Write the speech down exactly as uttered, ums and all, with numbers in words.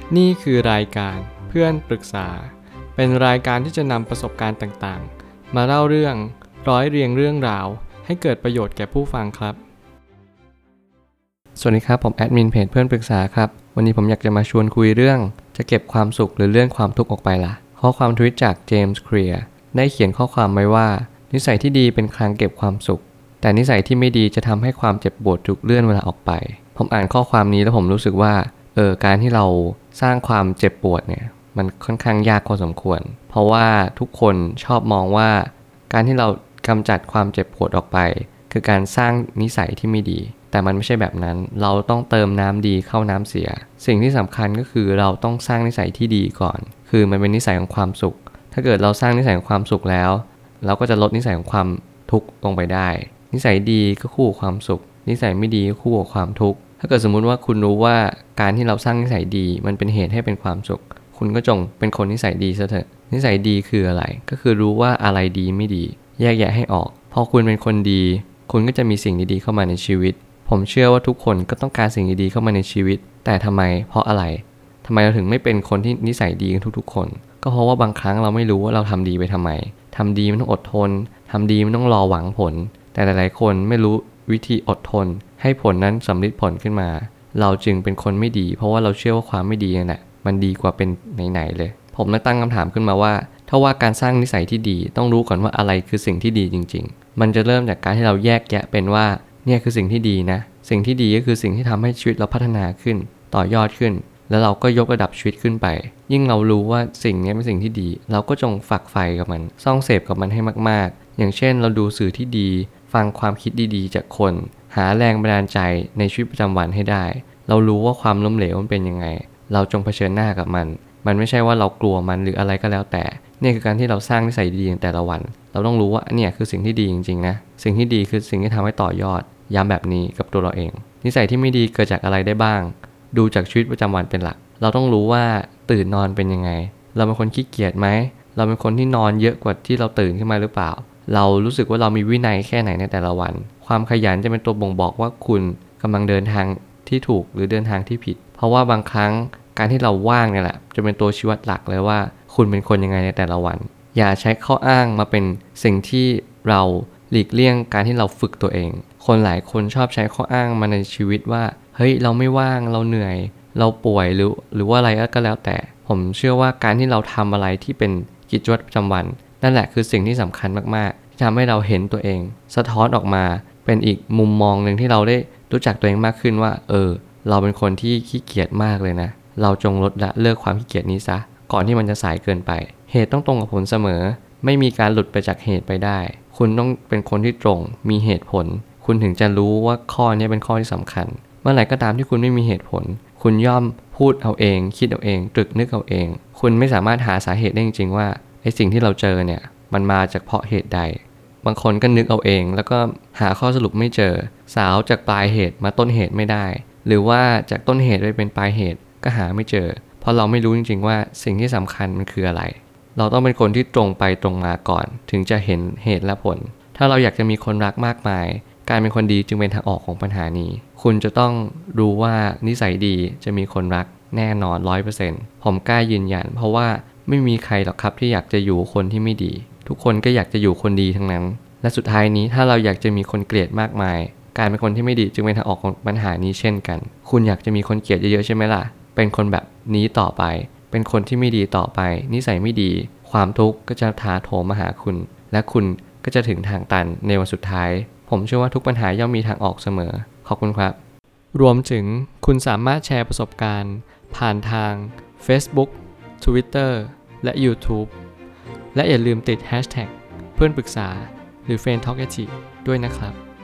นี่คือรายการเพื่อนปรึกษาเป็นรายการที่จะนำประสบการณ์ต่างๆมาเล่าเรื่องร้อยเรียงเรื่องราวให้เกิดประโยชน์แก่ผู้ฟังครับสวัสดีครับผมแอดมินเพจเพื่อนปรึกษาครับวันนี้ผมอยากจะมาชวนคุยเรื่องจะเก็บความสุขหรือเลื่อนความทุกข์ออกไปล่ะข้อความทวิตจากเจมส์เคลียร์ได้เขียนข้อความไว้ว่านิสัยที่ดีเป็นคลังเก็บความสุขแต่นิสัยที่ไม่ดีจะทำให้ความเจ็บปวดถูกเลื่อนเวลาออกไปผมอ่านข้อความนี้แล้วผมรู้สึกว่าเออการที่เราสร้างความเจ็บปวดเนี่ยมันค่อนข้างยากพอสมควรเพราะว่าทุกคนชอบมองว่าการที่เรากำจัดความเจ็บปวดออกไปคือการสร้างนิสัยที่ไม่ดีแต่มันไม่ใช่แบบนั้นเราต้องเติมน้ำดีเข้าน้ำเสียสิ่งที่สำคัญก็คือเราต้องสร้างนิสัยที่ดีก่อนคือมันเป็นนิสัยของความสุขถ้าเกิดเราสร้างนิสัยของความสุขแล้วเราก็จะลดนิสัยของความทุกข์ลงไปได้นิสัยดีก็คู่กับความสุขนิสัยไม่ดีก็คู่กับความทุกข์ถ้าเกิดสมมุติว่าคุณรู้ว่าการที่เราสร้างนิสัยดีมันเป็นเหตุให้เป็นความสุขคุณก็จงเป็นคนนิสัยดีซะเถอะนิสัยดีคืออะไรก็คือรู้ว่าอะไรดีไม่ดีแยกแยะให้ออกพอคุณเป็นคนดีคุณก็จะมีสิ่งดีๆเข้ามาในชีวิตผมเชื่อว่าทุกคนก็ต้องการสิ่งดีๆเข้ามาในชีวิตแต่ทำไมเพราะอะไรทำไมเราถึงไม่เป็นคนที่นิสัยดีกันทุกๆคนก็เพราะว่าบางครั้งเราไม่รู้ว่าเราทำดีไปทำไมทำดีมันต้องอดทนทำดีมันต้องรอหวังผลแต่หลายๆคนไม่รู้วิธีอดทนให้ผลนั้นสำลิดผลขึ้นมาเราจึงเป็นคนไม่ดีเพราะว่าเราเชื่อว่าความไม่ดีนั่นแหละมันดีกว่าเป็นไหนๆเลยผมเลยตั้งคำถามขึ้นมาว่าถ้าว่าการสร้างนิสัยที่ดีต้องรู้ก่อนว่าอะไรคือสิ่งที่ดีจริงๆมันจะเริ่มจากการที่เราแยกแยะเป็นว่าเนี่ยคือสิ่งที่ดีนะสิ่งที่ดีก็คือสิ่งที่ทำให้ชีวิตเราพัฒนาขึ้นต่อยอดขึ้นแล้วเราก็ยกระดับชีวิตขึ้นไปยิ่งเรารู้ว่าสิ่งนี้เป็นสิ่งที่ดีเราก็จงฝักใฝ่กับมันส่องเสพกับมันให้มากๆอย่างเช่นเราดูสื่อที่ดีฟังความคิดดีๆจากคนหาแรงบันดาลใจในชีวิตประจำวันให้ได้เรารู้ว่าความล้มเหลวมันเป็นยังไงเราจงเผชิญหน้ากับมันมันไม่ใช่ว่าเรากลัวมันหรืออะไรก็แล้วแต่นี่คือการที่เราสร้างนิสัยดีในแต่ละวันเราต้องรู้ว่าเนี่ยคือสิ่งที่ดีจริงๆนะสิ่งที่ดีคือสิ่งที่ทำให้ต่อยอดย้ำแบบนี้กับตัวเราเองนิสัยที่ไม่ดีเกิดจากอะไรได้บ้างดูจากชีวิตประจำวันเป็นหลักเราต้องรู้ว่าตื่นนอนเป็นยังไงเราเป็นคนขี้เกียจไหมเราเป็นคนที่นอนเยอะกว่าที่เราตื่นขึ้นมาหรือเปล่าเรารู้สึกว่าเรามีวินัยแค่ไหนในแต่ละวันความขยันจะเป็นตัวบ่งบอกว่าคุณกำลังเดินทางที่ถูกหรือเดินทางที่ผิดเพราะว่าบางครั้งการที่เราว่างเนี่ยแหละจะเป็นตัวชี้วัดหลักเลยว่าคุณเป็นคนยังไงในแต่ละวันอย่าใช้ข้ออ้างมาเป็นสิ่งที่เราหลีกเลี่ยงการที่เราฝึกตัวเองคนหลายคนชอบใช้ข้ออ้างมาในชีวิตว่าเฮ้ยเราไม่ว่างเราเหนื่อยเราป่วยหรือหรือว่าอะไรก็แล้วแต่ผมเชื่อว่าการที่เราทำอะไรที่เป็นกิจวัตรประจำวันนั่นแหละคือสิ่งที่สำคัญมากๆที่ทำให้เราเห็นตัวเองสะท้อนออกมาเป็นอีกมุมมองหนึ่งที่เราได้รู้จักตัวเองมากขึ้นว่าเออเราเป็นคนที่ขี้เกียจมากเลยนะเราจงลดละเลิกความขี้เกียจนี้ซะก่อนที่มันจะสายเกินไปเหตุต้องตรงกับผลเสมอไม่มีการหลุดไปจากเหตุไปได้คุณต้องเป็นคนที่ตรงมีเหตุผลคุณถึงจะรู้ว่าข้อนี้เป็นข้อที่สำคัญเมื่อไหร่ก็ตามที่คุณไม่มีเหตุผลคุณย่อมพูดเอาเองคิดเอาเองตรึกนึกเอาเองคุณไม่สามารถหาสาเหตุได้จริงๆว่าไอ้สิ่งที่เราเจอเนี่ยมันมาจากเพราะเหตุใดบางคนก็นึกเอาเองแล้วก็หาข้อสรุปไม่เจอสาวจากปลายเหตุมาต้นเหตุไม่ได้หรือว่าจากต้นเหตุไปเป็นปลายเหตุก็หาไม่เจอเพราะเราไม่รู้จริงๆว่าสิ่งที่สำคัญมันคืออะไรเราต้องเป็นคนที่ตรงไปตรงมาก่อนถึงจะเห็นเหตุและผลถ้าเราอยากจะมีคนรักมากมายการเป็นคนดีจึงเป็นทางออกของปัญหานี้คุณจะต้องรู้ว่านิสัยดีจะมีคนรักแน่นอน ร้อยเปอร์เซ็นต์ ผมกล้ายืนยันเพราะว่าไม่มีใครหรอกครับที่อยากจะอยู่คนที่ไม่ดีทุกคนก็อยากจะอยู่คนดีทั้งนั้นและสุดท้ายนี้ถ้าเราอยากจะมีคนเกลียดมากมายการเป็นคนที่ไม่ดีจึงเป็นทางออกของปัญหานี้เช่นกันคุณอยากจะมีคนเกลียดเยอะๆใช่ไหมล่ะเป็นคนแบบนี้ต่อไปเป็นคนที่ไม่ดีต่อไปนิสัยไม่ดีความทุกข์ก็จะถาโถมมาหาคุณและคุณก็จะถึงทางตันในวันสุดท้ายผมเชื่อว่าทุกปัญหาย่อมมีทางออกเสมอขอบคุณครับรวมถึงคุณสามารถแชร์ประสบการณ์ผ่านทาง Facebook Twitter และ YouTube และอย่าลืมติด แฮชแท็ก เพื่อนปรึกษาหรือ เฟรนด์ ทอล์ก ด้วยนะครับ